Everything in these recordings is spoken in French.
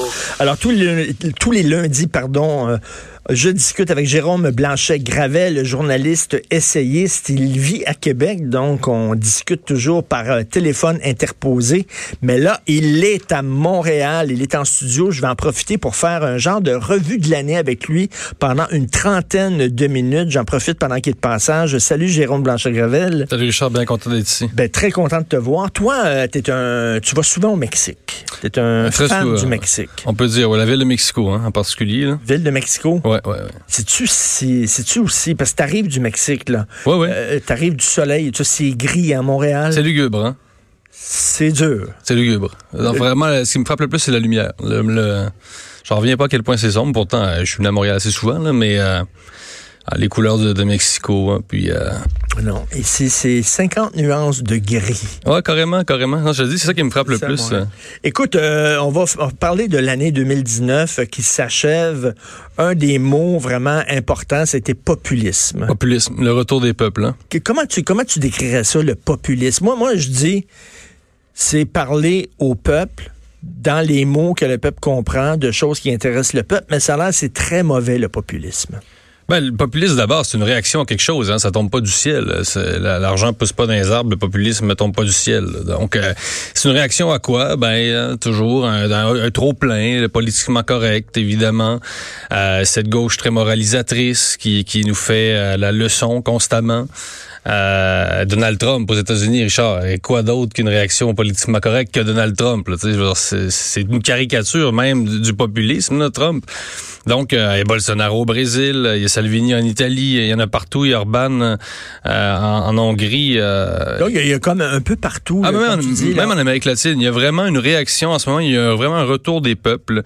Alors, tous les lundis, je discute avec Jérôme Blanchet-Gravel, journaliste essayiste. Il vit à Québec, donc on discute toujours par téléphone interposé. Mais là, il est à Montréal, il est en studio. Je vais en profiter pour faire un genre de revue de l'année avec lui pendant une trentaine de minutes. J'en profite pendant qu'il est de passage. Salut Jérôme Blanchet-Gravel. Salut Richard, bien content d'être ici. Très content de te voir. Toi, tu vas souvent au Mexique. T'es un fan du Mexique. On peut dire, la ville de Mexico, en particulier. Là. Ville de Mexico? Ouais. C'est-tu aussi, parce que t'arrives du Mexique, là. Ouais. T'arrives du soleil, c'est gris à Montréal. C'est lugubre, hein? C'est dur. C'est lugubre. Donc, vraiment, ce qui me frappe le plus, c'est la lumière. J'en reviens pas à quel point c'est sombre. Pourtant, je suis venu à Montréal assez souvent, là, mais les couleurs de Mexico, puis... Non, ici, c'est 50 nuances de gris. Ouais, carrément. Non, je te dis, c'est ça qui me frappe le plus. Écoute, on va parler de l'année 2019 qui s'achève. Un des mots vraiment importants, c'était populisme. Populisme, le retour des peuples. Hein? Comment tu décrirais ça, le populisme? Moi, je dis, c'est parler au peuple dans les mots que le peuple comprend, de choses qui intéressent le peuple, mais ça a l'air, c'est très mauvais, le populisme. Le populisme, d'abord, c'est une réaction à quelque chose. Ça tombe pas du ciel. L'argent pousse pas dans les arbres. Le populisme ne tombe pas du ciel. Donc, c'est une réaction à quoi? Toujours un trop-plein, le politiquement correct, évidemment. Cette gauche très moralisatrice qui nous fait la leçon constamment. Donald Trump aux États-Unis, Richard, et quoi d'autre qu'une réaction politiquement correcte que Donald Trump? Là, c'est une caricature même du populisme, là, Trump. Donc, il y a Bolsonaro au Brésil, il y a Salvini en Italie, il y en a partout, il y a Orban en Hongrie. Donc, il y a comme un peu partout. Même en Amérique latine, il y a vraiment une réaction en ce moment, il y a vraiment un retour des peuples.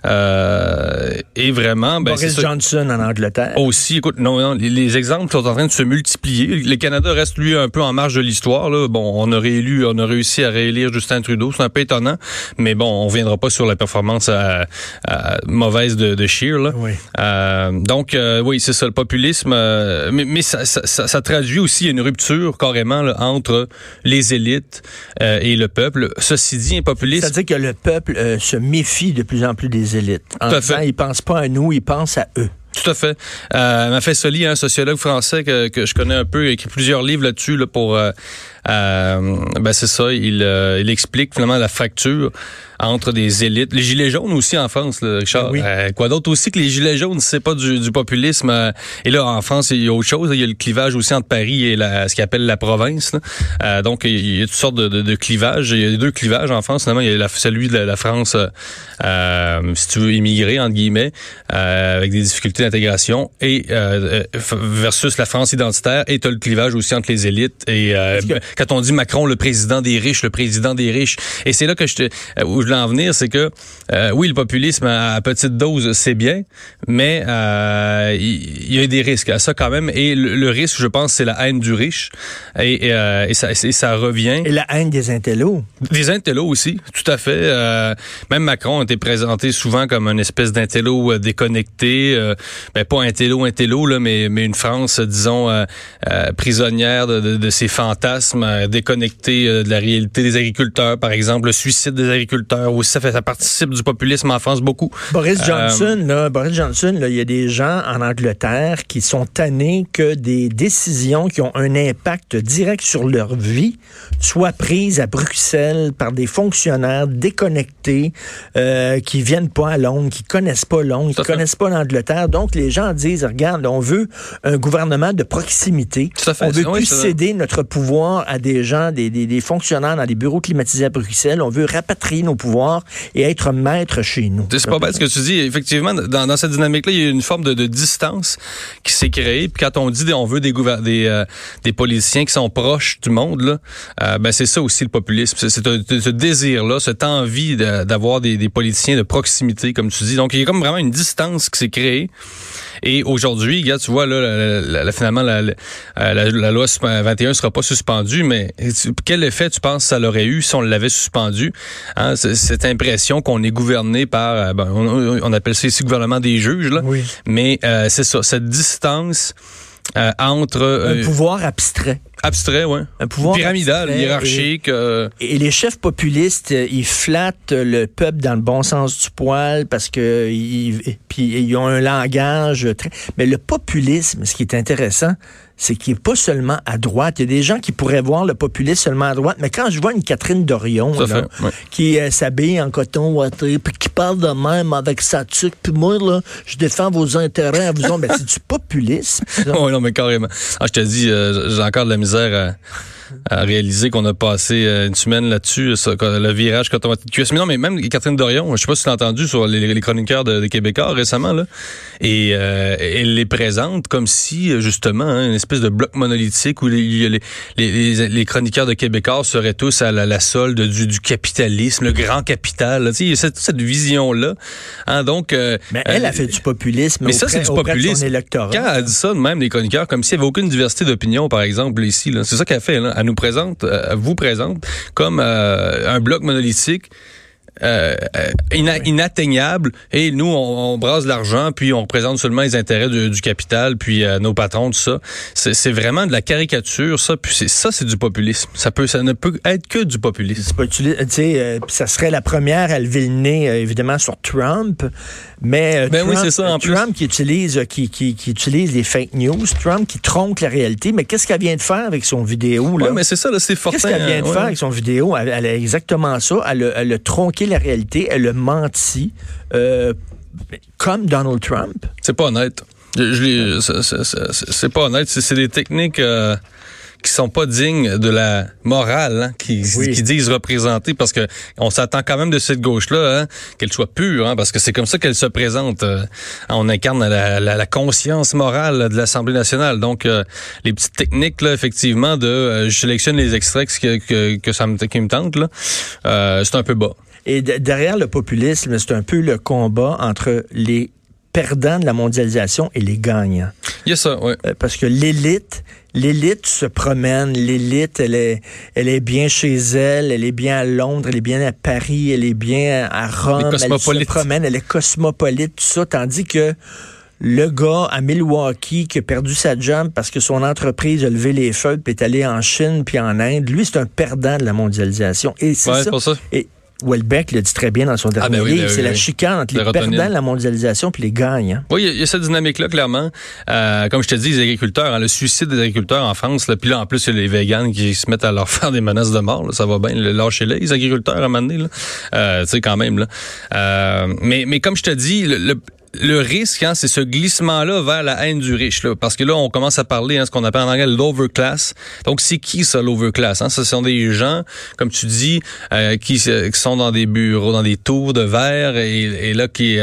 Et vraiment... Boris Johnson en Angleterre. Aussi, écoute, non, les exemples sont en train de se multiplier. Le Canada reste, lui, un peu en marge de l'histoire. Là. Bon, on a réussi à réélire Justin Trudeau, c'est un peu étonnant, mais bon, on viendra pas sur la performance mauvaise de Scheer. Là. Oui. Donc, oui, c'est ça, le populisme. Mais ça traduit aussi une rupture, carrément, là, entre les élites et le peuple. Ceci dit, un populisme... C'est-à-dire que le peuple se méfie de plus en plus des élites. En disant, ils pensent pas à nous, ils pensent à eux. Tout à fait. Maffesoli, un sociologue français que je connais un peu, a écrit plusieurs livres là-dessus là, pour... c'est ça, il explique finalement la fracture entre des élites. Les gilets jaunes aussi en France, là, Richard. Oui. Quoi d'autre aussi que les gilets jaunes, c'est pas du populisme. Et là, en France, il y a autre chose. Il y a le clivage aussi entre Paris et ce qu'on appelle la province. Là. Donc, il y a toutes sortes de clivages. Il y a deux clivages en France. Finalement, il y a celui de la France, si tu veux, immigrer, entre guillemets, avec des difficultés d'intégration, et versus la France identitaire. Et tu as le clivage aussi entre les élites. Et quand on dit Macron, le président des riches. Et c'est là que où je voulais en venir, c'est que oui, le populisme à petite dose, c'est bien, mais il y a des risques à ça quand même. Et le risque, je pense, c'est la haine du riche. Et ça revient. Et la haine des intellos. Des intellos aussi, tout à fait. Même Macron a été présenté souvent comme une espèce d'intello déconnecté. Pas intello, là, mais une France, disons, prisonnière de ses fantasmes, déconnectée de la réalité des agriculteurs, par exemple, le suicide des agriculteurs aussi, ça participe du populisme en France beaucoup. Boris Johnson, il y a des gens en Angleterre qui sont tannés que des décisions qui ont un impact direct sur leur vie soient prises à Bruxelles par des fonctionnaires déconnectés qui viennent pas à Londres, qui connaissent pas Londres, qui connaissent pas l'Angleterre. Donc, les gens disent, regarde, on veut un gouvernement de proximité. On veut plus céder notre pouvoir à des gens, des fonctionnaires dans des bureaux climatisés à Bruxelles. On veut rapatrier nos pouvoirs et être maître chez nous. C'est pas bête ce que tu dis. Effectivement, dans cette dynamique-là, il y a une forme de distance qui s'est créée. Puis quand on dit on veut des politiciens qui sont proches du monde, là, c'est ça aussi le populisme. C'est ce désir-là, cette envie d'avoir des politiciens de proximité, comme tu dis. Donc, il y a comme vraiment une distance qui s'est créée. Et aujourd'hui, regarde, tu vois, là, finalement, la loi 21 sera pas suspendue, mais quel effet tu penses que ça l'aurait eu si on l'avait suspendue? Hein, cette impression qu'on est gouverné par, on appelle ça ici le gouvernement des juges, là. Oui. Mais c'est ça, cette distance entre... un pouvoir abstrait. Abstrait, oui. Un pouvoir pyramidal, abstrait, hiérarchique. Et les chefs populistes, ils flattent le peuple dans le bon sens du poil parce que puis ils ont un langage très... Mais le populisme, ce qui est intéressant, c'est qu'il n'est pas seulement à droite. Il y a des gens qui pourraient voir le populisme seulement à droite, mais quand je vois une Catherine Dorion qui s'habille en coton ouaté, puis qui parle de même avec sa tuque, puis moi, là, je défends vos intérêts à vous autres, ben, c'est du populisme. Oui, non, mais carrément. Je te dis, j'ai encore de la misère à réaliser qu'on a passé une semaine là-dessus, le virage coton ouaté de QS. Mais non, mais même Catherine Dorion, je sais pas si tu l'as entendu sur les chroniqueurs de Québécois récemment, là, et elle les présente comme si, justement, une espèce de bloc monolithique où les chroniqueurs de Québécois seraient tous à la solde du capitalisme, le grand capital. Là, tu sais, cette vision-là. Hein, donc, mais elle a fait du populisme. Mais ça, c'est du populisme. Quand elle a dit ça, même les chroniqueurs, comme s'il n'y avait aucune diversité d'opinion, par exemple, ici, là, c'est ça qu'elle fait. Là. Elle vous présente comme un bloc monolithique inatteignable, et nous on brase l'argent, puis on représente seulement les intérêts du capital, puis nos patrons, tout ça. C'est vraiment de la caricature, ça. Puis c'est du populisme. Ça ne peut être que du populisme. Ça serait la première à lever le nez, évidemment, sur Trump. Mais Trump, oui, c'est ça, en Trump qui utilise les fake news, Trump qui tronque la réalité. Mais qu'est-ce qu'elle vient de faire avec son vidéo? Là? Oui, mais c'est ça, là, c'est fortin. Qu'est-ce qu'elle vient de faire avec son vidéo? Elle a exactement ça. Elle a tronqué la réalité, elle a menti, comme Donald Trump. C'est pas honnête. C'est pas honnête. C'est des techniques qui sont pas dignes de la morale, hein, qui disent représenter, parce que on s'attend quand même de cette gauche-là, hein, qu'elle soit pure, hein, parce que c'est comme ça qu'elle se présente. On incarne la conscience morale de l'Assemblée nationale. Donc, les petites techniques, là, effectivement, je sélectionne les extraits qui me tentent, là, c'est un peu bas. Et derrière le populisme, c'est un peu le combat entre les perdants de la mondialisation et les gagnants. Il y a ça, oui. Parce que l'élite se promène, l'élite, elle est bien chez elle est bien à Londres, elle est bien à Paris, elle est bien à Rome, elle se promène, elle est cosmopolite, tout ça, tandis que le gars à Milwaukee qui a perdu sa job parce que son entreprise a levé les feuilles puis est allé en Chine puis en Inde, lui, c'est un perdant de la mondialisation. Et c'est ça. Pour ça. Et Houellebecq le dit très bien dans son dernier livre, c'est la chicane entre les perdants de la mondialisation puis les gagnants. Oui, il y a cette dynamique-là, clairement. Comme je te dis, les agriculteurs, le suicide des agriculteurs en France, là, puis là, en plus, il y a les véganes qui se mettent à leur faire des menaces de mort. Là, ça va bien, lâchez-les, les agriculteurs, à un moment donné. Tu sais, quand même. Là. Mais comme je te dis, le risque, hein, c'est ce glissement-là vers la haine du riche, là, parce que là, on commence à parler, ce qu'on appelle en anglais l'overclass. Donc, c'est qui ça, l'overclass? Hein? Ce sont des gens, comme tu dis, qui sont dans des bureaux, dans des tours de verre, et là, qui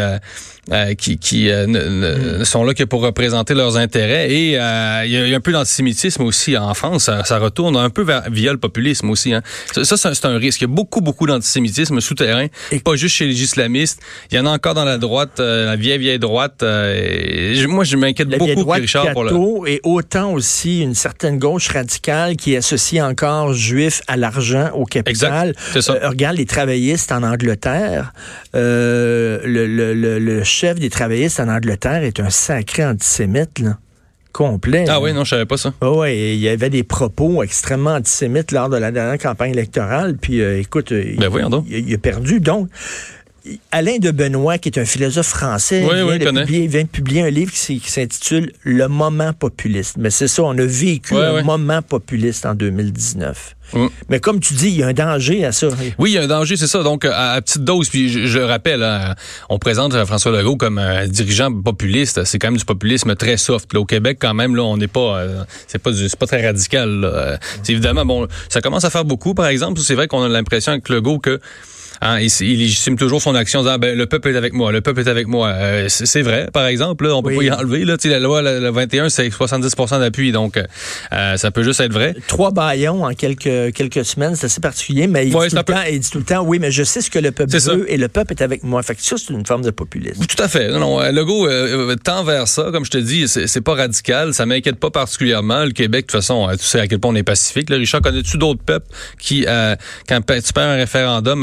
sont là que pour représenter leurs intérêts. Et il y a un peu d'antisémitisme aussi en France. Ça retourne un peu via le populisme aussi. Hein. Ça, c'est un risque. Il y a beaucoup d'antisémitisme souterrain, et pas juste chez les islamistes. Il y en a encore dans la droite, la vieille droite. Moi, je m'inquiète beaucoup, Richard, pour le... Et autant aussi une certaine gauche radicale qui associe encore juifs à l'argent, au capital. Exact, c'est ça. Regarde les travaillistes en Angleterre. Le chef des travaillistes en Angleterre est un sacré antisémite, là. Complet. Ah oui, non, je savais pas ça. Oui, il y avait des propos extrêmement antisémites lors de la dernière campagne électorale. Puis, écoute, il a perdu. Donc, Alain de Benoît, qui est un philosophe français, vient de publier un livre qui s'intitule « Le moment populiste ». Mais c'est ça, on a vécu un moment populiste en 2019. Mais comme tu dis, il y a un danger à ça. Oui, il y a un danger, c'est ça. Donc, à petite dose, puis je le rappelle, on présente François Legault comme un dirigeant populiste. C'est quand même du populisme très soft. Là, au Québec, quand même, là, on n'est pas, c'est pas très radical. Là. C'est évidemment, bon, ça commence à faire beaucoup, par exemple. C'est vrai qu'on a l'impression avec Legault que il légitime toujours son action en disant le peuple est avec moi, le peuple est avec moi. C'est vrai, par exemple, là, on peut pas y enlever. Là, la loi le 21, c'est 70% d'appui, donc ça peut juste être vrai. 3 bâillons en quelques semaines, c'est assez particulier, mais il dit tout le temps, oui, mais je sais ce que le peuple veut et le peuple est avec moi. Fait que ça, c'est une forme de populisme. Tout à fait. Non, Legault tend vers ça, comme je te dis, c'est pas radical, ça m'inquiète pas particulièrement. Le Québec, de toute façon, tu sais à quel point on est pacifique. Là, Richard, connais-tu d'autres peuples qui, quand tu perds un référendum à 0,5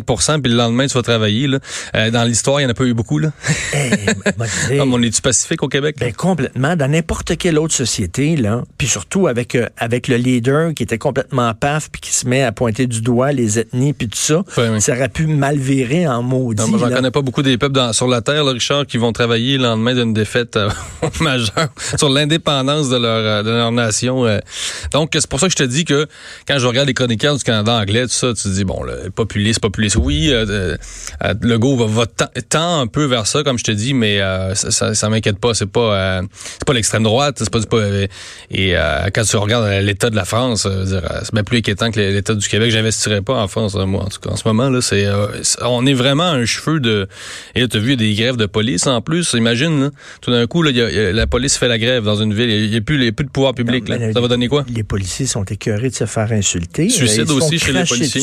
5%, puis le lendemain, tu vas travailler. Là. Dans l'histoire, il n'y en a pas eu beaucoup. Là. Comme on est-tu pacifique au Québec? Ben, complètement. Dans n'importe quelle autre société, là, puis surtout avec le leader qui était complètement paf, puis qui se met à pointer du doigt les ethnies, puis tout ça, ça aurait pu mal virer en maudit. Moi, j'en connais pas beaucoup des peuples sur la Terre, là, Richard, qui vont travailler le lendemain d'une défaite majeure sur l'indépendance de leur nation. Donc, c'est pour ça que je te dis que quand je regarde les chroniqueurs du Canada anglais, tout ça, tu te dis, bon, le populiste. Oui, Legault va tend un peu vers ça, comme je te dis, mais ça m'inquiète pas. C'est pas l'extrême droite. C'est pas et quand tu regardes l'état de la France, c'est bien plus inquiétant que l'état du Québec. J'investirais pas en France, moi, en tout cas. En ce moment, là, on est vraiment à un cheveu de... Et là, t'as vu, il y a des grèves de police en plus. Imagine, là, tout d'un coup, là, la police fait la grève dans une ville. Il n'y a plus de pouvoir public. Non, là. Ça va donner quoi? Les policiers sont écœurés de se faire insulter. Suicide aussi chez les policiers.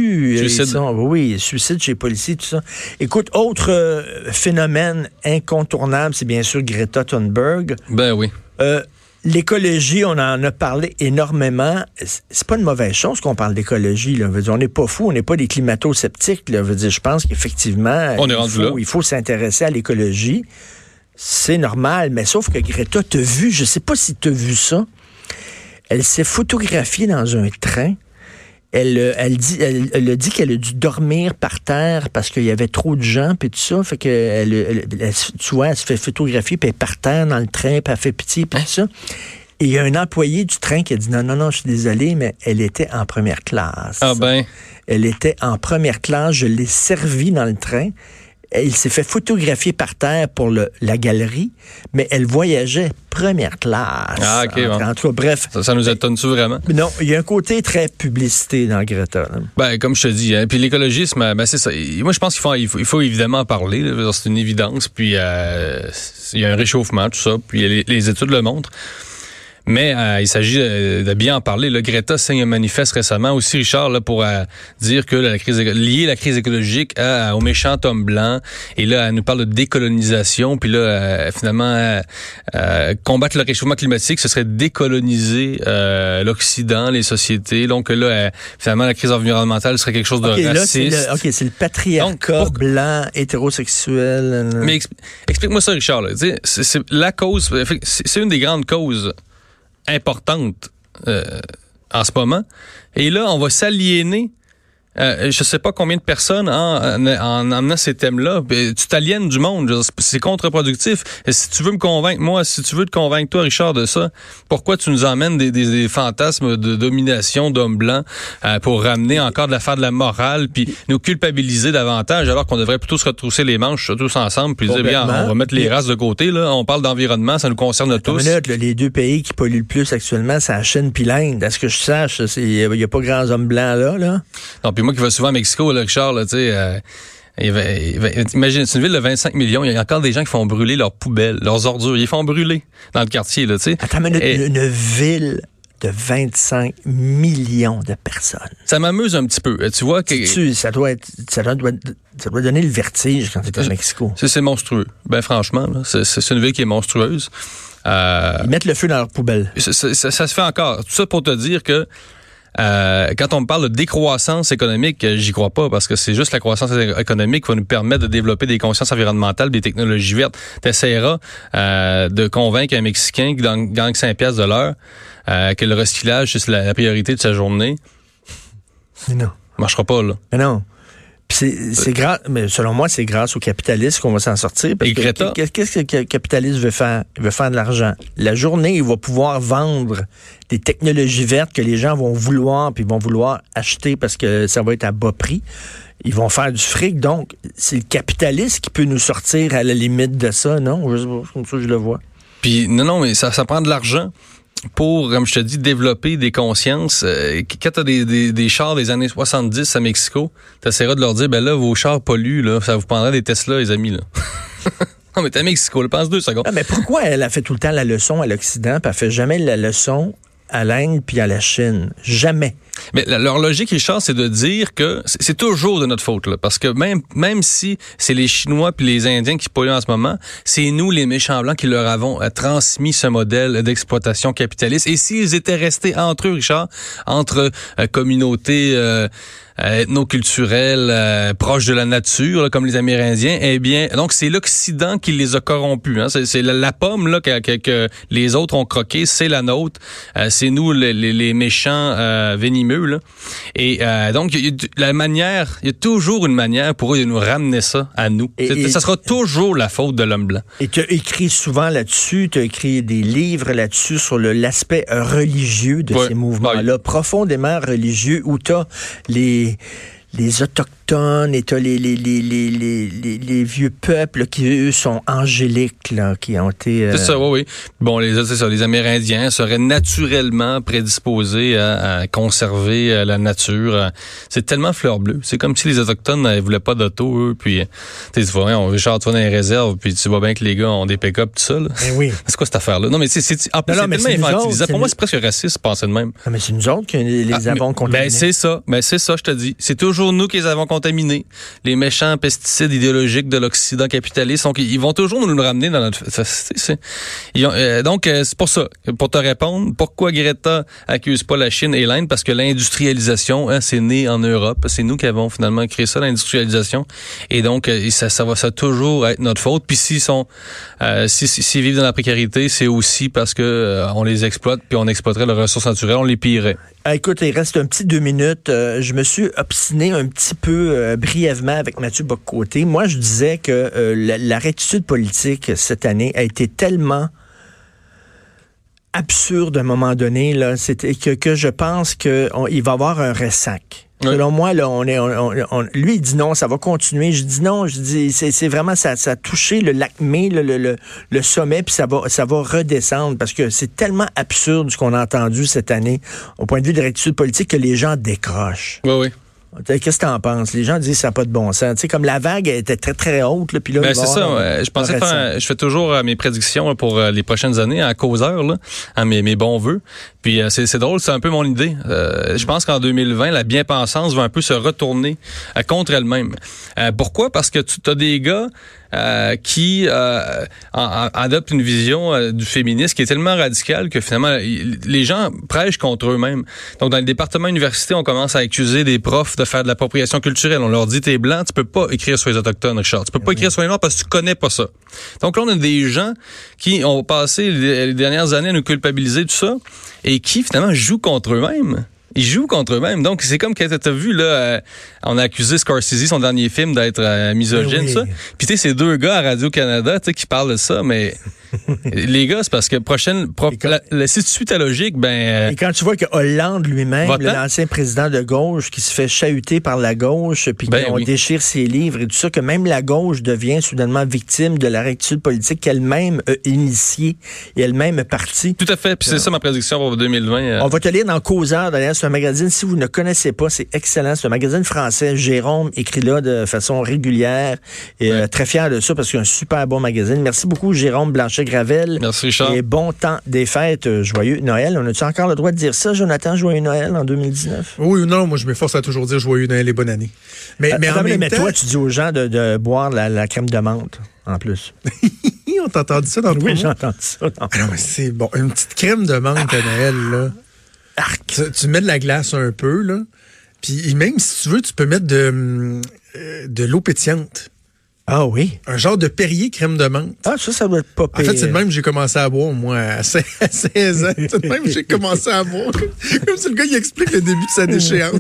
Suicide chez les policiers, tout ça. Écoute, autre phénomène incontournable, c'est bien sûr Greta Thunberg. Ben oui. L'écologie, on en a parlé énormément. C'est pas une mauvaise chose qu'on parle d'écologie. Là. On n'est pas fous, on n'est pas des climato-sceptiques. Là. Je pense qu'effectivement, il faut s'intéresser à l'écologie. C'est normal, mais sauf que Greta, t'as vu, je sais pas si t'as vu ça, elle s'est photographiée dans un train. Elle a dit qu'elle a dû dormir par terre parce qu'il y avait trop de gens, puis tout ça. Fait que tu vois, elle se fait photographier, puis elle est par terre dans le train, puis elle fait pitié, puis tout ça. Et il y a un employé du train qui a dit non, je suis désolé, mais elle était en première classe. Ah ben. Elle était en première classe, je l'ai servie dans le train. Il s'est fait photographier par terre pour la galerie, mais elle voyageait première classe. Ah, OK. En tout cas, bref. Ça nous étonne-tu vraiment? Non, il y a un côté très publicité dans Greta. Là. Ben, comme je te dis, hein, puis l'écologisme, ben c'est ça. Moi, je pense qu'il faut évidemment en parler. Là, c'est une évidence. Puis, il y a un réchauffement, tout ça. Puis, les études le montrent. Mais il s'agit de bien en parler. Là, Greta signe un manifeste récemment aussi, Richard, là, pour dire que lier la crise écologique au méchant homme blanc. Et là, elle nous parle de décolonisation. Puis là, finalement, combattre le réchauffement climatique, ce serait décoloniser l'Occident, les sociétés. Donc là, finalement, la crise environnementale serait quelque chose de raciste. Là, c'est le patriarcat blanc, hétérosexuel. Mais explique-moi ça, Richard. Là. C'est la cause, c'est une des grandes causes importante en ce moment. Et là, on va s'aliéner je sais pas combien de personnes en amenant ces thèmes-là. Tu t'aliènes du monde. C'est contre-productif. Et si tu veux me convaincre, moi, si tu veux te convaincre, toi, Richard, de ça, pourquoi tu nous emmènes des fantasmes de domination d'hommes blancs pour ramener encore de l'affaire de la morale puis nous culpabiliser davantage alors qu'on devrait plutôt se retrousser les manches tous ensemble puis dire, bien, on va mettre les races de côté. Là. On parle d'environnement, ça nous concerne tous. Les deux pays qui polluent le plus actuellement, c'est la Chine puis l'Inde. À ce que je sache, il n'y a pas grands hommes blancs là. Non, puis moi qui vais souvent à Mexico, là, Richard, là, tu sais, imagine, c'est une ville de 25 millions, il y a encore des gens qui font brûler leurs poubelles, leurs ordures, ils font brûler dans le quartier, là, tu sais. Attends, une ville de 25 millions de personnes. Ça m'amuse un petit peu, tu vois. Ça doit donner le vertige quand tu es à Mexico. C'est monstrueux. Ben franchement, là, c'est une ville qui est monstrueuse. Ils mettent le feu dans leurs poubelles. Ça se fait encore. Tout ça pour te dire que quand on me parle de décroissance économique, j'y crois pas parce que c'est juste la croissance économique qui va nous permettre de développer des consciences environnementales, des technologies vertes. T'essaieras de convaincre un Mexicain qui gagne 5 piastres de l'heure que le recyclage, c'est la priorité de sa journée. Mais non. Ça marchera pas, là. Mais non. C'est grâce, mais selon moi, c'est grâce au capitalisme qu'on va s'en sortir. Parce qu'est-ce que le capitaliste veut faire? Il veut faire de l'argent. La journée, il va pouvoir vendre des technologies vertes que les gens vont vouloir, puis vont vouloir acheter parce que ça va être à bas prix. Ils vont faire du fric. Donc, c'est le capitaliste qui peut nous sortir à la limite de ça, non? Comme ça, je le vois. Puis, non, mais ça prend de l'argent pour, comme je te dis, développer des consciences. Quand tu as des chars des années 70 à Mexico, tu essaieras de leur dire, ben là, vos chars polluent, là, ça vous prendra des Tesla, les amis. Là. Non, mais t'es à Mexico, là, pense 2 secondes. Ah, mais pourquoi elle a fait tout le temps la leçon à l'Occident, puis elle fait jamais la leçon à l'Inde puis à la Chine? Jamais. Mais leur logique, Richard, c'est de dire que c'est toujours de notre faute, là, parce que même si c'est les Chinois puis les Indiens qui polluent en ce moment, c'est nous, les méchants blancs, qui leur avons transmis ce modèle d'exploitation capitaliste. Et s'ils étaient restés entre eux, Richard, entre communautés ethnoculturels, proches de la nature, là, comme les Amérindiens, eh bien, donc c'est l'Occident qui les a corrompus. Hein. C'est la pomme là que les autres ont croqué, c'est la nôtre. C'est nous les méchants venimeux. Là. Et donc, il y a toujours une manière pour eux de nous ramener ça à nous. Ça sera toujours la faute de l'homme blanc. Et tu as écrit souvent là-dessus, tu as écrit des livres là-dessus sur l'aspect religieux de ces mouvements-là, profondément religieux, où tu as les Autochtones et t'as les vieux peuples là, qui, eux, sont angéliques, là, qui ont été... C'est ça, oui. Bon, c'est ça, les Amérindiens seraient naturellement prédisposés à conserver la nature. C'est tellement fleur bleue. C'est comme si les Autochtones ne voulaient pas d'auto, eux, puis tu vois, Richard, tu vas dans les réserves, puis tu vois bien que les gars ont des pick-up, tout ça. Là. Oui. C'est quoi cette affaire-là? Non, mais c'est tellement infantilisant. Pour moi, c'est presque raciste, penser de même. Non, mais c'est nous autres qui les avons contaminés. C'est ça, je te dis. C'est toujours nous qui les avons contaminés. Les méchants pesticides idéologiques de l'Occident capitaliste. Donc, ils vont toujours nous le ramener dans notre... Donc, c'est pour ça. Pour te répondre, pourquoi Greta accuse pas la Chine et l'Inde? Parce que l'industrialisation, c'est né en Europe. C'est nous qui avons finalement créé ça, l'industrialisation. Et donc, ça va toujours être notre faute. Puis s'ils vivent dans la précarité, c'est aussi parce que on les exploite, puis on exploiterait leurs ressources naturelles, on les pillerait. Écoute, il reste un petit 2 minutes. Je me suis obstiné un petit peu brièvement avec Mathieu Bock-Côté. Moi, je disais que la rectitude politique cette année a été tellement absurde à un moment donné, là, c'était que je pense qu'il va y avoir un ressac. Oui. Selon moi, là, lui, il dit non, ça va continuer. Je dis non, je dis c'est vraiment ça a touché le lacmé, le sommet, puis ça va redescendre parce que c'est tellement absurde ce qu'on a entendu cette année au point de vue de la rectitude politique que les gens décrochent. Oui, oui. Qu'est-ce que t'en penses? Les gens disent que ça n'a pas de bon sens. Tu sais, comme la vague était très, très haute, là, puis là, c'est ça. Je fais toujours mes prédictions là, pour les prochaines années à causeur, là, à mes bons vœux. Puis c'est drôle, c'est un peu mon idée. Je pense qu'en 2020, la bien-pensance va un peu se retourner contre elle-même. Pourquoi? Parce que tu as des gars qui adoptent une vision du féminisme qui est tellement radicale que finalement, les gens prêchent contre eux-mêmes. Donc, dans les départements universités, on commence à accuser des profs de faire de l'appropriation culturelle. On leur dit, t'es blanc, tu peux pas écrire sur les Autochtones, Richard. Tu peux pas écrire sur les Noirs parce que tu connais pas ça. Donc là, on a des gens qui ont passé les dernières années à nous culpabiliser de tout ça et qui, finalement, jouent contre eux-mêmes. Ils jouent contre eux-mêmes. Donc, c'est comme que tu as vu, là, on a accusé Scorsese, son dernier film, d'être misogyne, oui. Ça. Puis, tu sais, ces deux gars à Radio-Canada, tu sais, qui parlent de ça, mais les gars, c'est parce que si tu suis ta logique, ben... Et quand tu vois que Hollande lui-même, l'ancien président de gauche, qui se fait chahuter par la gauche, puis qu'on déchire ses livres et tout ça, que même la gauche devient soudainement victime de la rectitude politique qu'elle-même a initiée et elle-même est partie. Tout à fait. Puis c'est ça ma prédiction pour 2020. On va te lire dans Causeur, d'ailleurs, c'est un magazine, si vous ne connaissez pas, c'est excellent. C'est un magazine français. Jérôme écrit là de façon régulière et très fier de ça parce que c'est un super bon magazine. Merci beaucoup, Jérôme Blanchet-Gravel. Merci, Richard. Et bon temps des fêtes. Joyeux Noël. On a-tu encore le droit de dire ça, Jonathan? Joyeux Noël en 2019? Oui ou non? Moi, je m'efforce à toujours dire Joyeux Noël et bonne année. Mais en même temps... toi, tu dis aux gens de boire la crème de menthe, en plus. On t'a entendu ça dans le Oui, j'ai entendu ça. Non, mais c'est bon. Une petite crème de menthe à Noël, là. Tu mets de la glace un peu, là. Puis même si tu veux, tu peux mettre de l'eau pétillante. Ah oui? Un genre de Perrier crème de menthe. Ah, ça doit être pas pire. En fait, c'est de même que j'ai commencé à boire, moi, à 16 ans. C'est de même que j'ai commencé à boire. Comme si le gars, il explique le début de sa déchéance.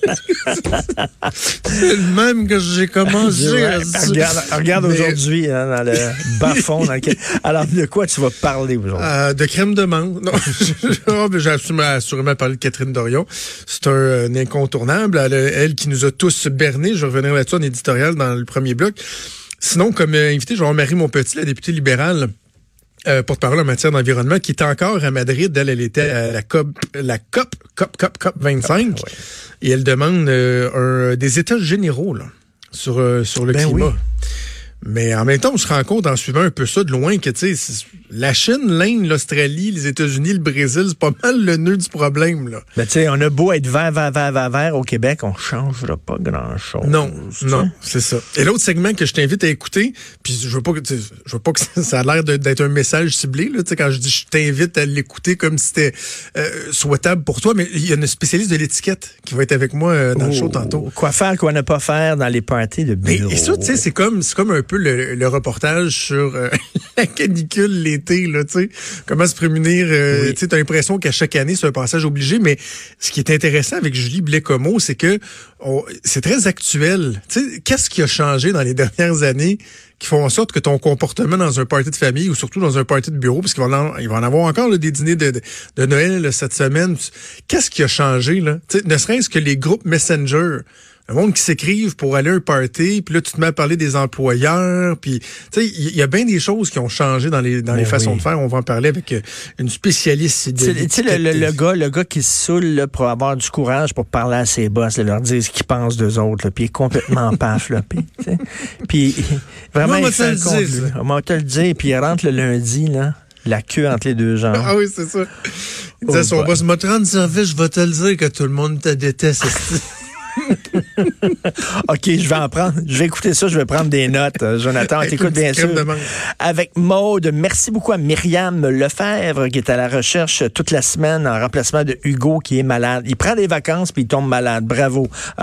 C'est le même que j'ai commencé à... Regarde aujourd'hui, hein, dans le bas-fond. Alors, de quoi tu vas parler aujourd'hui? De crème de menthe. Non, j'ai assurément parlé de Catherine Dorion. C'est un incontournable. Elle qui nous a tous bernés. Je vais revenir là-dessus en éditorial dans le premier bloc. Sinon, comme invité, je vais avoir Marie Montpetit, la députée libérale, porte-parole en matière d'environnement, qui est encore à Madrid. Elle était à la COP 25. Ouais. Et elle demande des états généraux là, sur le climat. Oui. Mais en même temps, on se rend compte en suivant un peu ça de loin que, tu sais, la Chine, l'Inde, l'Australie, les États-Unis, le Brésil, c'est pas mal le nœud du problème, là. Ben, tu sais, on a beau être vert au Québec, on changera pas grand-chose. Non, c'est ça. Et l'autre segment que je t'invite à écouter, puis je veux pas que ça a l'air d'être un message ciblé, là, tu sais, quand je dis je t'invite à l'écouter comme si c'était souhaitable pour toi, mais il y a une spécialiste de l'étiquette qui va être avec moi dans le show tantôt. Quoi faire, quoi ne pas faire dans les parties de bureau. Et ça, tu sais, c'est comme un peu le reportage sur la canicule l'été, là, tu sais. Comment se prémunir, tu sais, t'as l'impression qu'à chaque année, c'est un passage obligé, mais ce qui est intéressant avec Julie Blais-Comeau, c'est que c'est très actuel. Tu sais, qu'est-ce qui a changé dans les dernières années qui font en sorte que ton comportement dans un party de famille ou surtout dans un party de bureau, parce qu'il va en avoir encore là, des dîners de Noël là, cette semaine, qu'est-ce qui a changé, là? Tu sais, ne serait-ce que les groupes Messenger, le monde qui s'écrivent pour aller à un party, puis là, tu te mets à parler des employeurs, puis, tu sais, il y a bien des choses qui ont changé dans les façons de faire. On va en parler avec une spécialiste. Tu sais, le gars qui se saoule là, pour avoir du courage pour parler à ses boss, là, leur dire ce qu'ils pensent d'eux autres, là, puis il est complètement paf, là, puis vraiment, il fait le compte, lui. On va te le dire, puis il rentre le lundi, là, la queue entre les deux jambes. Ah oui, c'est ça. Il disait à son boss, m'a te rendre service, je vais te le dire que tout le monde te déteste. OK, je vais écouter ça, je vais prendre des notes. Jonathan, on t'écoute bien sûr. Avec Maude, merci beaucoup à Myriam Lefebvre qui est à la recherche toute la semaine en remplacement de Hugo qui est malade. Il prend des vacances puis il tombe malade. Bravo.